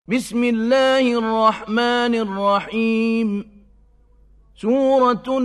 بسم الله الرحمن الرحيم سورة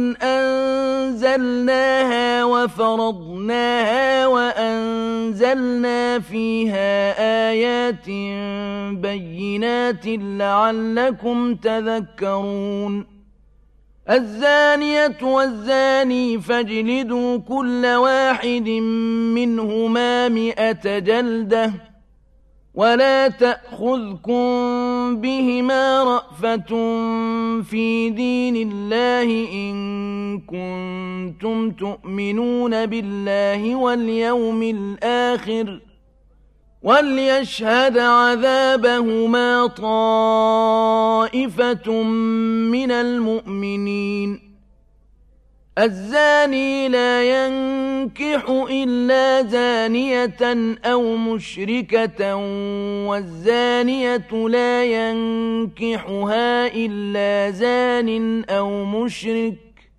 أنزلناها وفرضناها وأنزلنا فيها آيات بينات لعلكم تذكرون الزانية والزاني فاجلدوا كل واحد منهما 100 جلدة ولا تأخذكم بهما رأفة في دين الله إن كنتم تؤمنون بالله واليوم الآخر وليشهد عذابهما طائفة من المؤمنين الزاني لا ينكح إلا زانية أو مشركة والزانية لا ينكحها إلا زان أو مشرك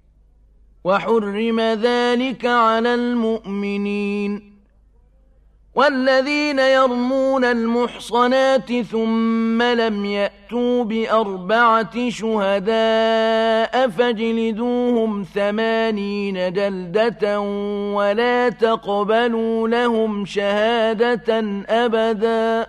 وحرم ذلك على المؤمنين والذين يرمون المحصنات ثم لم يأتوا ب4 شهداء فاجلدوهم 80 جلدة ولا تقبلوا لهم شهادة أبدا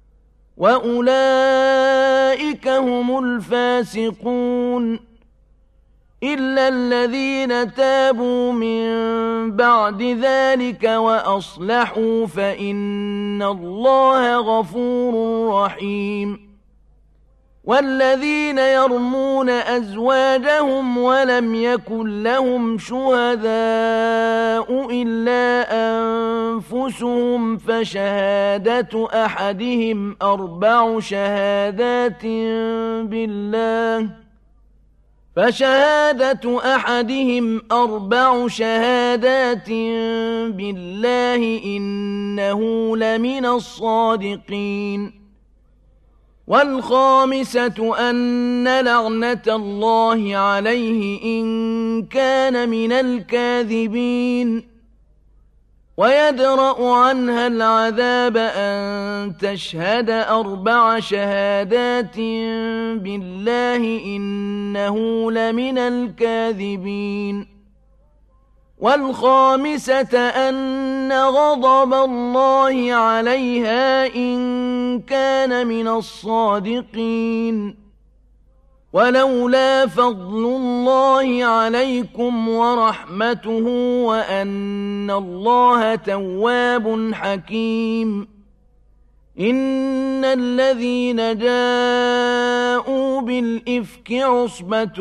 وأولئك هم الفاسقون إلا الذين تابوا من بعد ذلك وأصلحوا فإن الله غفور رحيم والذين يرمون أزواجهم ولم يكن لهم شهداء إلا أنفسهم فشهادة أحدهم 4 شهادات بالله إنه لمن الصادقين والخامسة أن لعنة الله عليه إن كان من الكاذبين ويدرأ عنها العذاب أن تشهد 4 شهادات بالله إنه لمن الكاذبين والخامسة أن غضب الله عليها إن كان من الصادقين ولولا فضل الله عليكم ورحمته وأن الله تواب حكيم إن الذين جاءوا بالإفك عصبة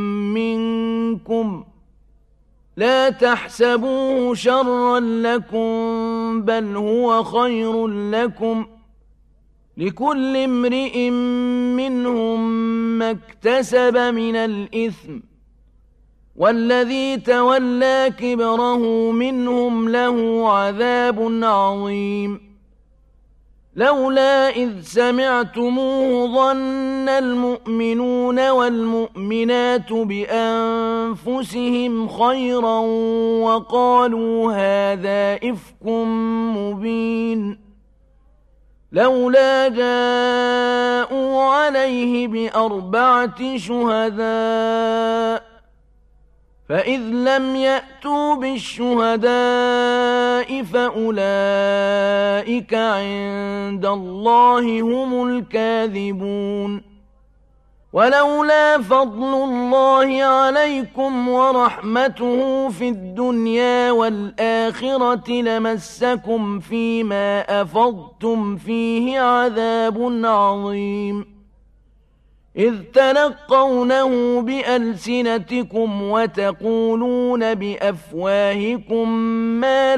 منكم لا تحسبوه شرا لكم بل هو خير لكم لكل امرئ منهم ما اكتسب من الإثم والذي تولى كبره منهم له عذاب عظيم لولا إذ سمعتموه ظن المؤمنون والمؤمنات بأنفسهم خيرا وقالوا هذا إفك مبين لولا جاءوا عليه ب4 شهداء فإذ لم يأتوا بالشهداء فأولئك عند الله هم الكاذبون ولولا فضل الله عليكم ورحمته في الدنيا والآخرة لمسكم فيما أفضتم فيه عذاب عظيم إذ تلقونه بألسنتكم وتقولون بأفواهكم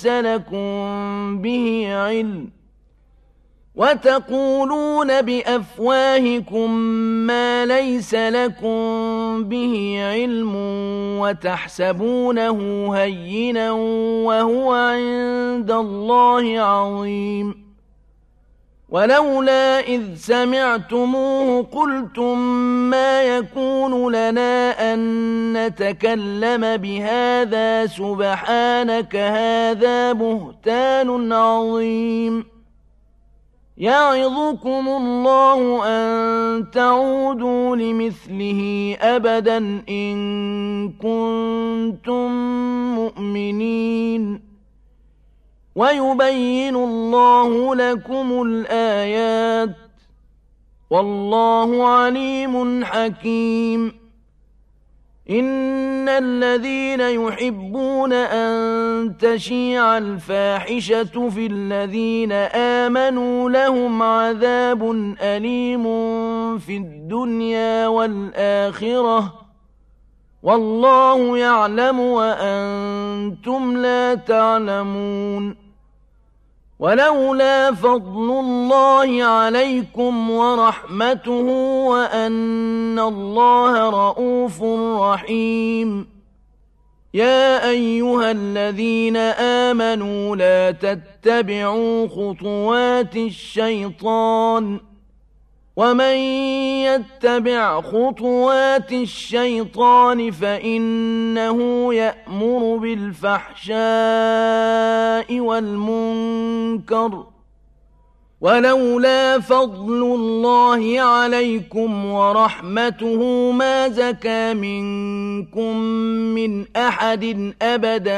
ما ليس لكم به علم وتحسبونه هينا وهو عند الله عظيم ولولا إذ سمعتموه قلتم ما يكون لنا أن نتكلم بهذا سبحانك هذا بهتان عظيم يعظكم الله أن تعودوا لمثله أبدا إن كنتم مؤمنين ويبين الله لكم الآيات والله عليم حكيم إن الذين يحبون أن تشيع الفاحشة في الذين آمنوا لهم عذاب أليم في الدنيا والآخرة والله يعلم وأنتم لا تعلمون ولولا فضل الله عليكم ورحمته وأن الله رءوف رحيم يا أيها الذين آمنوا لا تتبعوا خطوات الشيطان ومن يتبع خطوات الشيطان فإنه يأمر بالفحشاء والمنكر ولولا فضل الله عليكم ورحمته ما زكى منكم من أحد أبدا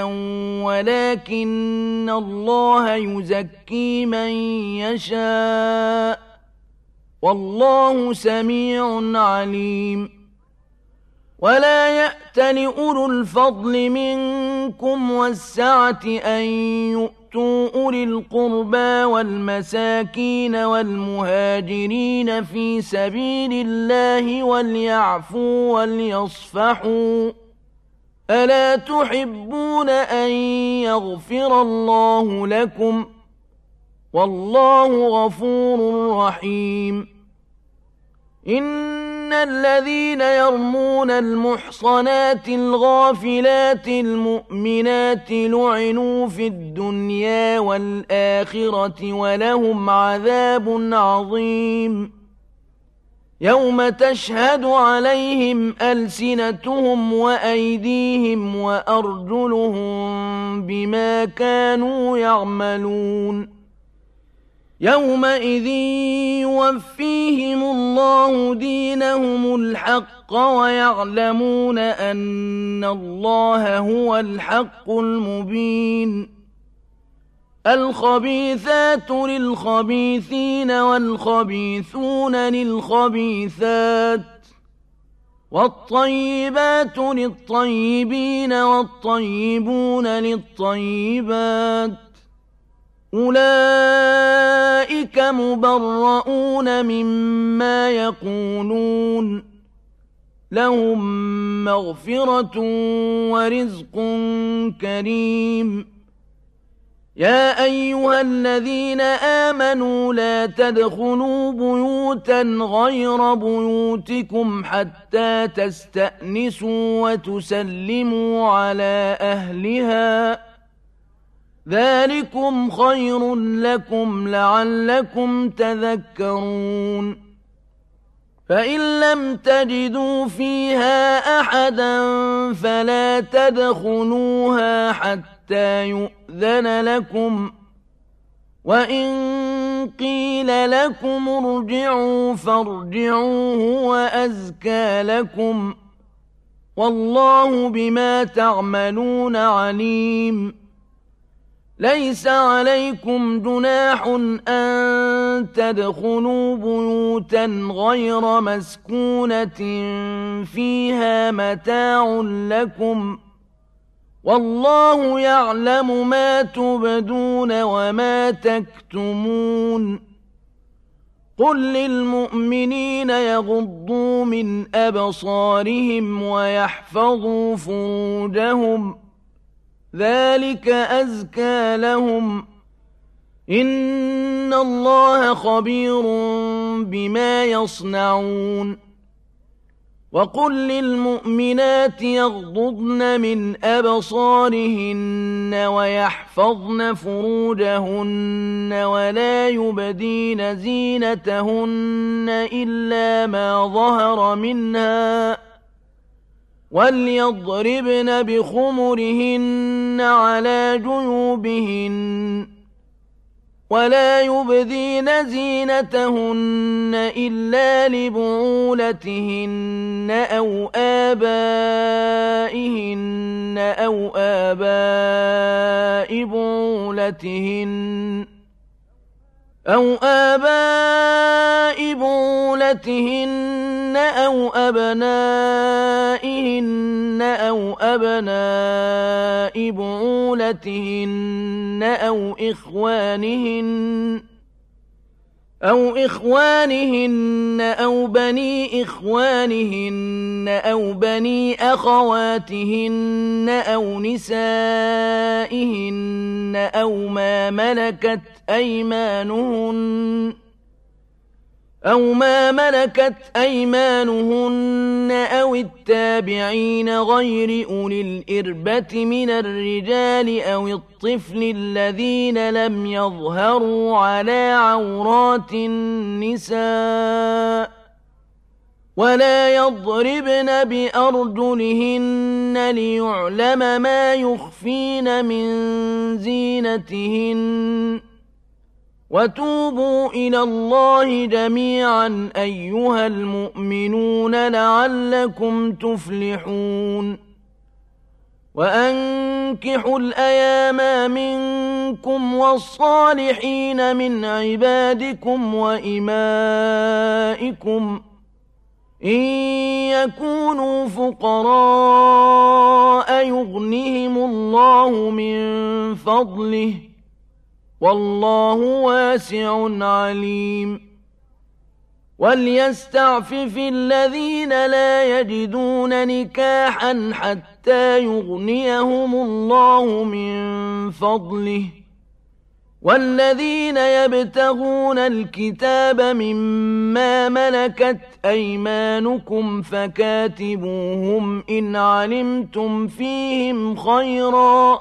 ولكن الله يزكي من يشاء والله سميع عليم ولا يأتل أولو الفضل منكم والسعة أن يؤتوا أولي القربى والمساكين والمهاجرين في سبيل الله وليعفوا وليصفحوا ألا تحبون أن يغفر الله لكم والله غفور رحيم إن الذين يرمون المحصنات الغافلات المؤمنات لعنوا في الدنيا والآخرة ولهم عذاب عظيم يوم تشهد عليهم ألسنتهم وأيديهم وأرجلهم بما كانوا يعملون يومئذ يوفيهم الله دينهم الحق ويعلمون أن الله هو الحق المبين الخبيثات للخبيثين والخبيثون للخبيثات والطيبات للطيبين والطيبون للطيبات أولئك مبرؤون مما يقولون لهم مغفرة ورزق كريم يا أيها الذين آمنوا لا تدخلوا بيوتا غير بيوتكم حتى تستأنسوا وتسلموا على أهلها ذلكم خير لكم لعلكم تذكرون فإن لم تجدوا فيها أحدا فلا تدخلوها حتى يؤذن لكم وإن قيل لكم ارجعوا فارجعوا هو أزكى لكم والله بما تعملون عليم ليس عليكم جناح أن تدخلوا بيوتا غير مسكونة فيها متاع لكم والله يعلم ما تبدون وما تكتمون قل للمؤمنين يغضوا من أبصارهم ويحفظوا فروجهم ذلك أزكى لهم إن الله خبير بما يصنعون وقل للمؤمنات يغضضن من أبصارهن ويحفظن فروجهن ولا يبدين زينتهن إلا ما ظهر منها وليضربن بخمرهن على جيوبهن ولا يبدين زينتهن إلا لبعولتهن أو آبائهن أو آباء بعولتهن أو أبنائهن أو أبناء بعولتهن أو إخوانهن أو بني إخوانهن أو بني أخواتهن أو نسائهن أو ما ملكت أيمانهن أو التابعين غير أولي الإربة من الرجال أو الطفل الذين لم يظهروا على عورات النساء ولا يضربن بأرجلهن ليعلم ما يخفين من زينتهن وتوبوا إلى الله جميعا أيها المؤمنون لعلكم تفلحون وأنكحوا الأيام منكم والصالحين من عبادكم وإمائكم إن يكونوا فقراء يغنهم الله من فضله والله واسع عليم وليستعفف الذين لا يجدون نكاحا حتى يغنيهم الله من فضله والذين يبتغون الكتاب مما ملكت أيمانكم فكاتبوهم إن علمتم فيهم خيرا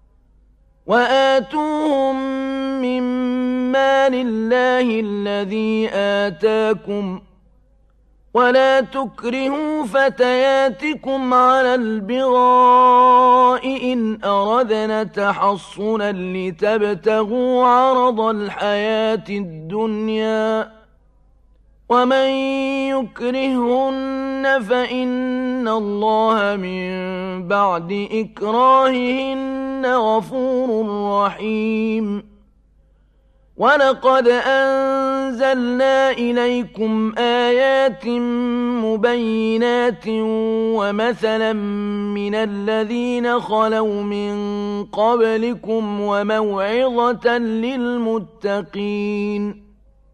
وآتوهم مما لله الذي آتاكم ولا تكرهوا فتياتكم على البغاء إن أردنا تحصنا لتبتغوا عرض الحياة الدنيا ومن يكرهن فإن الله من بعد إكراههن غفور رحيم ولقد أنزلنا إليكم آيات مبينات ومثلا من الذين خلوا من قبلكم وموعظة للمتقين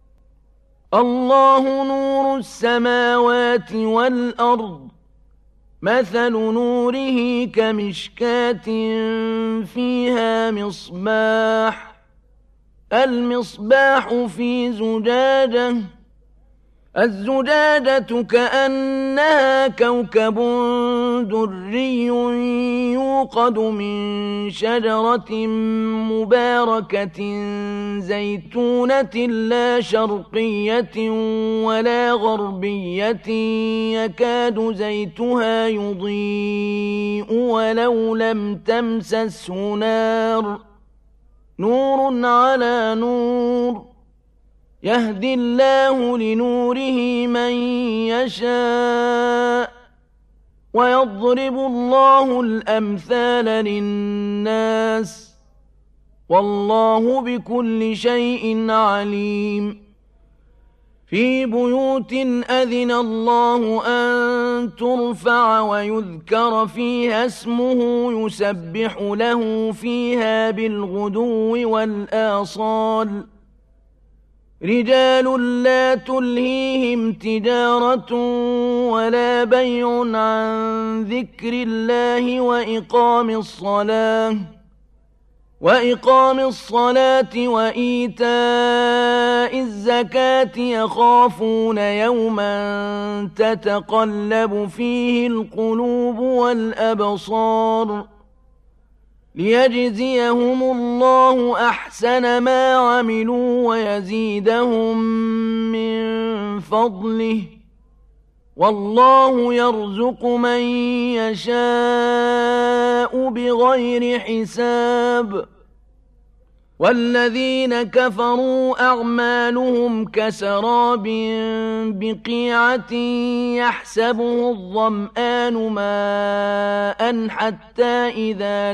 الله نور السماوات والأرض مثل نوره كمشكاة فيها مصباح المصباح في زجاجة الزجاجة كأنها كوكب دري يوقد من شجرة مباركة زيتونة لا شرقية ولا غربية يكاد زيتها يضيء ولو لم تمسسه نار نور على نور يهدي الله لنوره من يشاء ويضرب الله الأمثال للناس والله بكل شيء عليم في بيوت أذن الله أن ترفع ويذكر فيها اسمه يسبح له فيها بالغدو والآصال رجال لا تلهيهم تجارة ولا بيع عن ذكر الله وإقام الصلاة وإيتاء الزكاة يخافون يوما تتقلب فيه القلوب والأبصار ليجزيهم الله أحسن ما عملوا ويزيدهم من فضله والله يرزق من يشاء بغير حساب والذين كفروا أعمالهم كسراب بقيعة يحسبه الظمآن ماء حتى إذا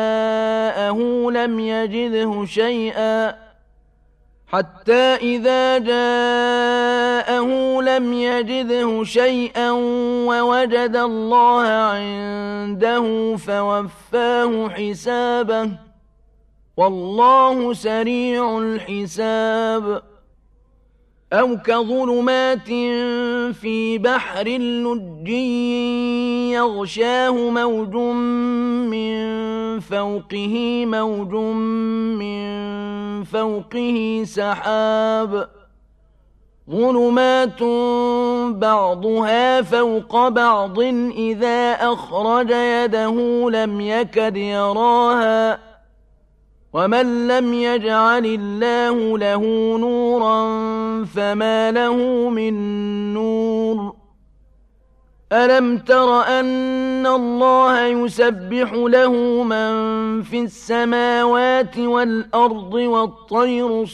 جاءه لم يجده شيئا ووجد الله عنده فوفاه حسابه والله سريع الحساب أو كظلمات في بحر لجي يغشاه موج من فوقه موج من فوقه سحاب ظلمات بعضها فوق بعض إذا أخرج يده لم يكد يراها ومن لم يجعل الله له نورا فما له من نور ألم تر أن الله يسبح له من في السماوات والأرض والطير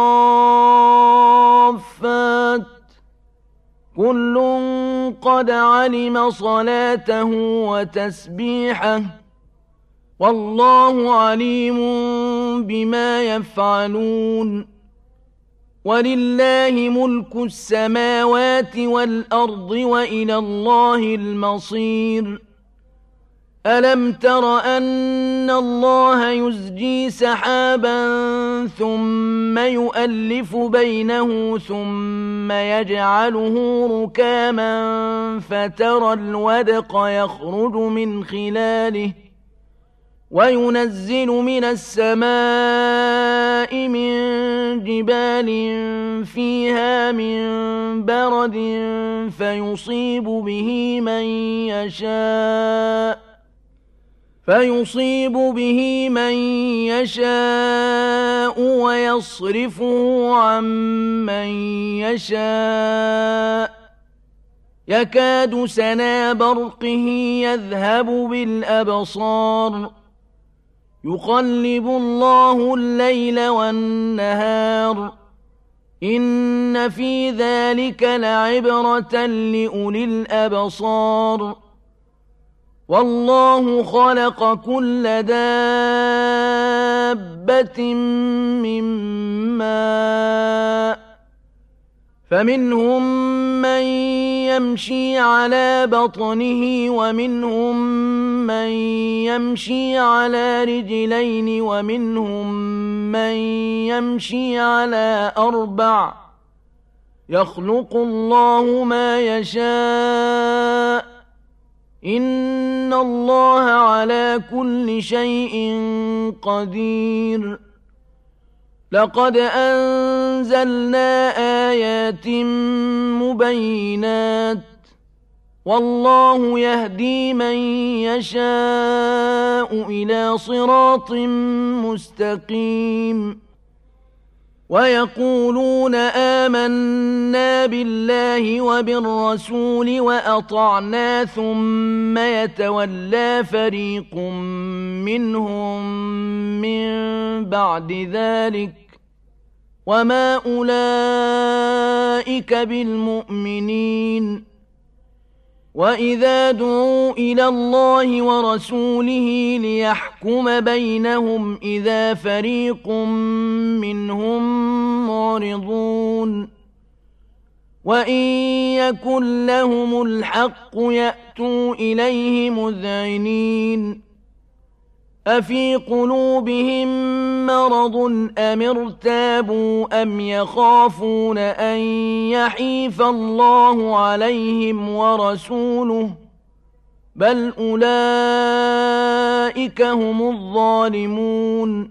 صافات كل قد علم صلاته وتسبيحه والله عليم بما يفعلون ولله ملك السماوات والأرض وإلى الله المصير ألم تر أن الله يزجي سحابا ثم يؤلف بينه ثم يجعله ركاما فترى الودق يخرج من خلاله وينزل من السماء من جبال فيها من برد فيصيب به من يشاء ويصرفه عن من يشاء يكاد سنا برقه يذهب بالأبصار يقلب الله الليل والنهار إن في ذلك لعبرة لأولي الأبصار والله خلق كل دابة من ماء فمنهم من يمشي على بطنه ومنهم من يمشي على رجلين ومنهم من يمشي على أربع يخلق الله ما يشاء إن الله على كل شيء قدير لقد أنزلنا آيات مبينات والله يهدي من يشاء إلى صراط مستقيم ويقولون آمنا بالله وبالرسول وأطعنا ثم يتولى فريق منهم من بعد ذلك وما أولئك بالمؤمنين وإذا دعوا إلى الله ورسوله ليحكم بينهم إذا فريق منهم معرضون وإن يكن لهم الحق يأتوا إليه مذعنين أفي قلوبهم مرض أم ارتابوا أم يخافون أن يحيف الله عليهم ورسوله بل أولئك هم الظالمون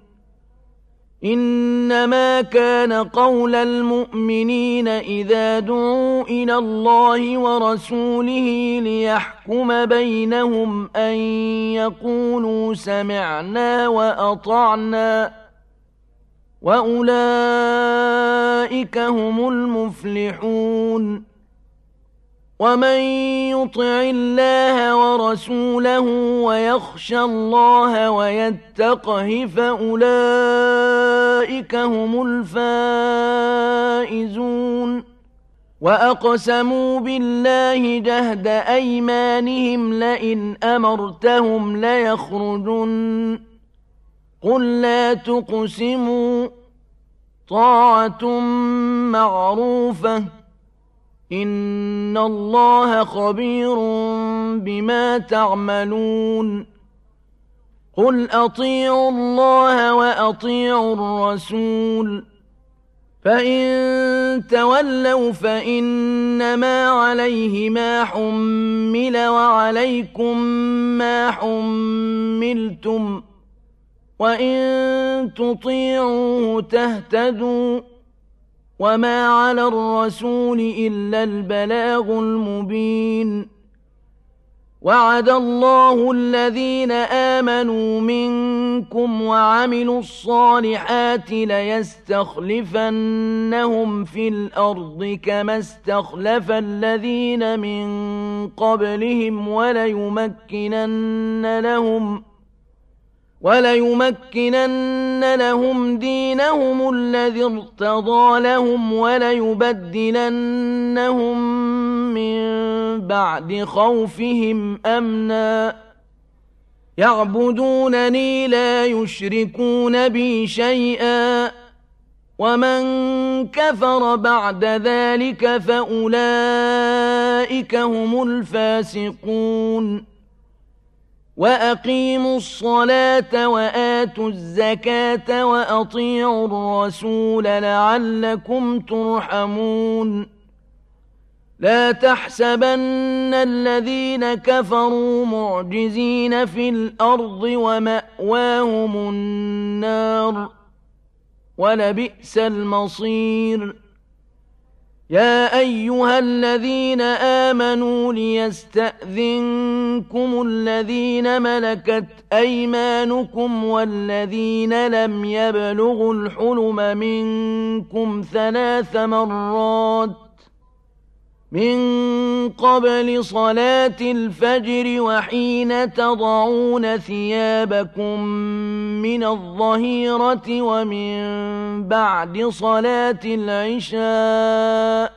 إنما كان قول المؤمنين إذا دعوا إلى الله ورسوله ليحكم بينهم أن يقولوا سمعنا وأطعنا وأولئك هم المفلحون ومن يطع الله ورسوله ويخشى الله ويتقه فأولئك هم الفائزون وأقسموا بالله جهد أيمانهم لئن أمرتهم ليخرجن قل لا تقسموا طاعة معروفة إن الله خبير بما تعملون قل أطيعوا الله وأطيعوا الرسول فإن تولوا فإنما عليه ما حمل وعليكم ما حملتم وإن تطيعوه تهتدوا وما على الرسول إلا البلاغ المبين وعد الله الذين آمنوا منكم وعملوا الصالحات ليستخلفنهم في الأرض كما استخلف الذين من قبلهم وليمكنن لهم دينهم الذي ارتضى لهم وليبدلنهم من بعد خوفهم أمنا يعبدونني لا يشركون بي شيئا ومن كفر بعد ذلك فأولئك هم الفاسقون وأقيموا الصلاة وآتوا الزكاة وأطيعوا الرسول لعلكم ترحمون لا تحسبن الذين كفروا معجزين في الأرض ومأواهم النار ولبئس المصير يا أيها الذين آمنوا ليستأذنكم الذين ملكت أيمانكم والذين لم يبلغوا الحلم منكم 3 مرات من قبل صلاة الفجر وحين تضعون ثيابكم من الظهيرة ومن بعد صلاة العشاء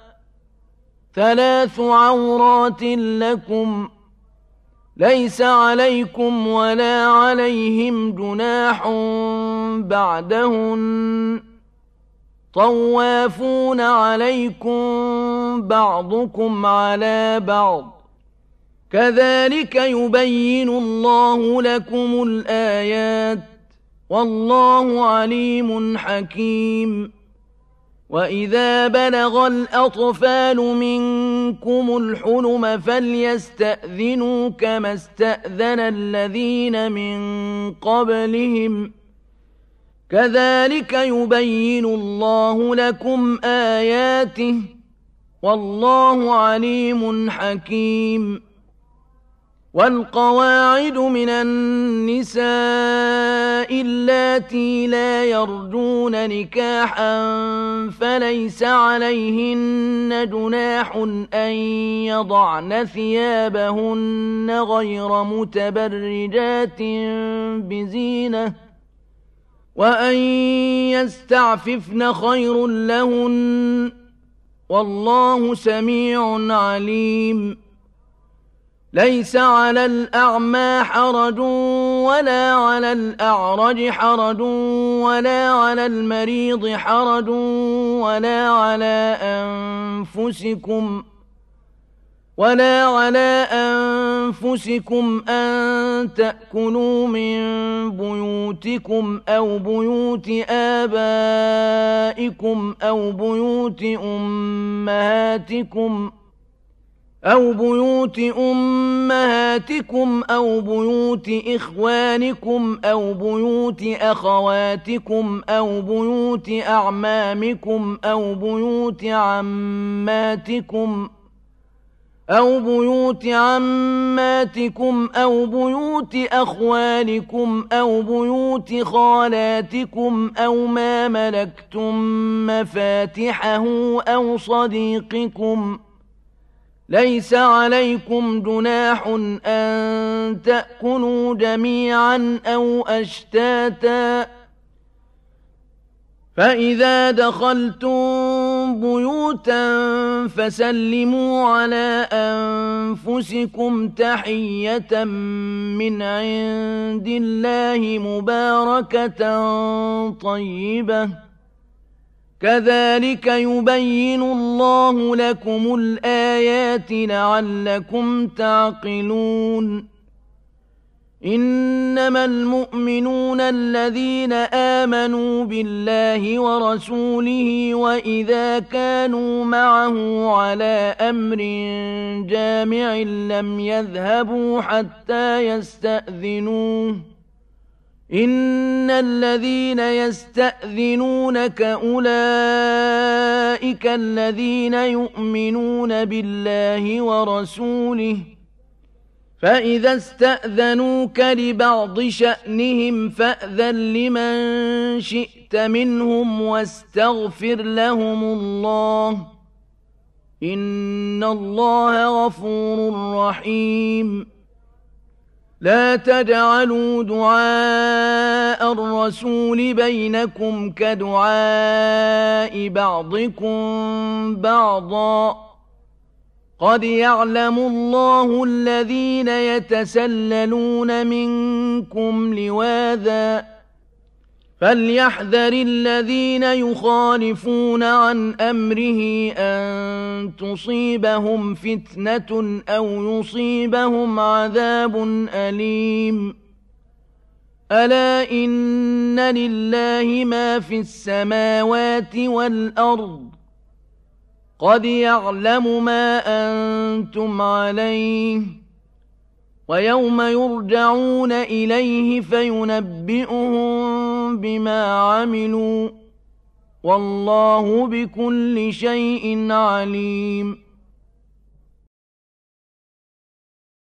3 عورات لكم ليس عليكم ولا عليهم جناح بعدهن طوافون عليكم بعضكم على بعض كذلك يبين الله لكم الآيات والله عليم حكيم وإذا بلغ الأطفال منكم الحلم فليستأذنوا كما استأذن الذين من قبلهم كذلك يبين الله لكم آياته والله عليم حكيم والقواعد من النساء اللاتي لا يرجون نكاحا فليس عليهن جناح أن يضعن ثيابهن غير متبرجات بزينة وأن يستعففن خير لهن والله سميع عليم ليس على الأعمى حرج ولا على الأعرج حرج ولا على المريض حرج ولا على أنفسكم أن تأكلوا من بيوتكم أو بيوت آبائكم أو بيوت أمهاتكم أو بيوت إخوانكم أو بيوت أخواتكم أو بيوت أعمامكم أو بيوت عماتكم أو بيوت أخوالكم أو بيوت خالاتكم أو ما ملكتم مفاتحه ليس عليكم جناح أن تأكلوا جميعا أو أشتاتا فإذا دخلتم بيوتا فسلموا على أنفسكم تحية من عند الله مباركة طيبة كذلك يبين الله لكم الآيات لعلكم تعقلون إنما المؤمنون الذين آمنوا بالله ورسوله وإذا كانوا معه على أمر جامع لم يذهبوا حتى يستأذنوه إن الذين يستأذنونك أولئك الذين يؤمنون بالله ورسوله فإذا استأذنوك لبعض شأنهم فأذن لمن شئت منهم واستغفر لهم الله إن الله غفور رحيم لا تجعلوا دعاء الرسول بينكم كدعاء بعضكم بعضا قد يعلم الله الذين يتسللون منكم لواذا فليحذر الذين يخالفون عن أمره أن تصيبهم فتنة أو يصيبهم عذاب أليم ألا إن لله ما في السماوات والأرض قد يعلم ما أنتم عليه ويوم يرجعون إليه فينبئهم بما عملوا والله بكل شيء عليم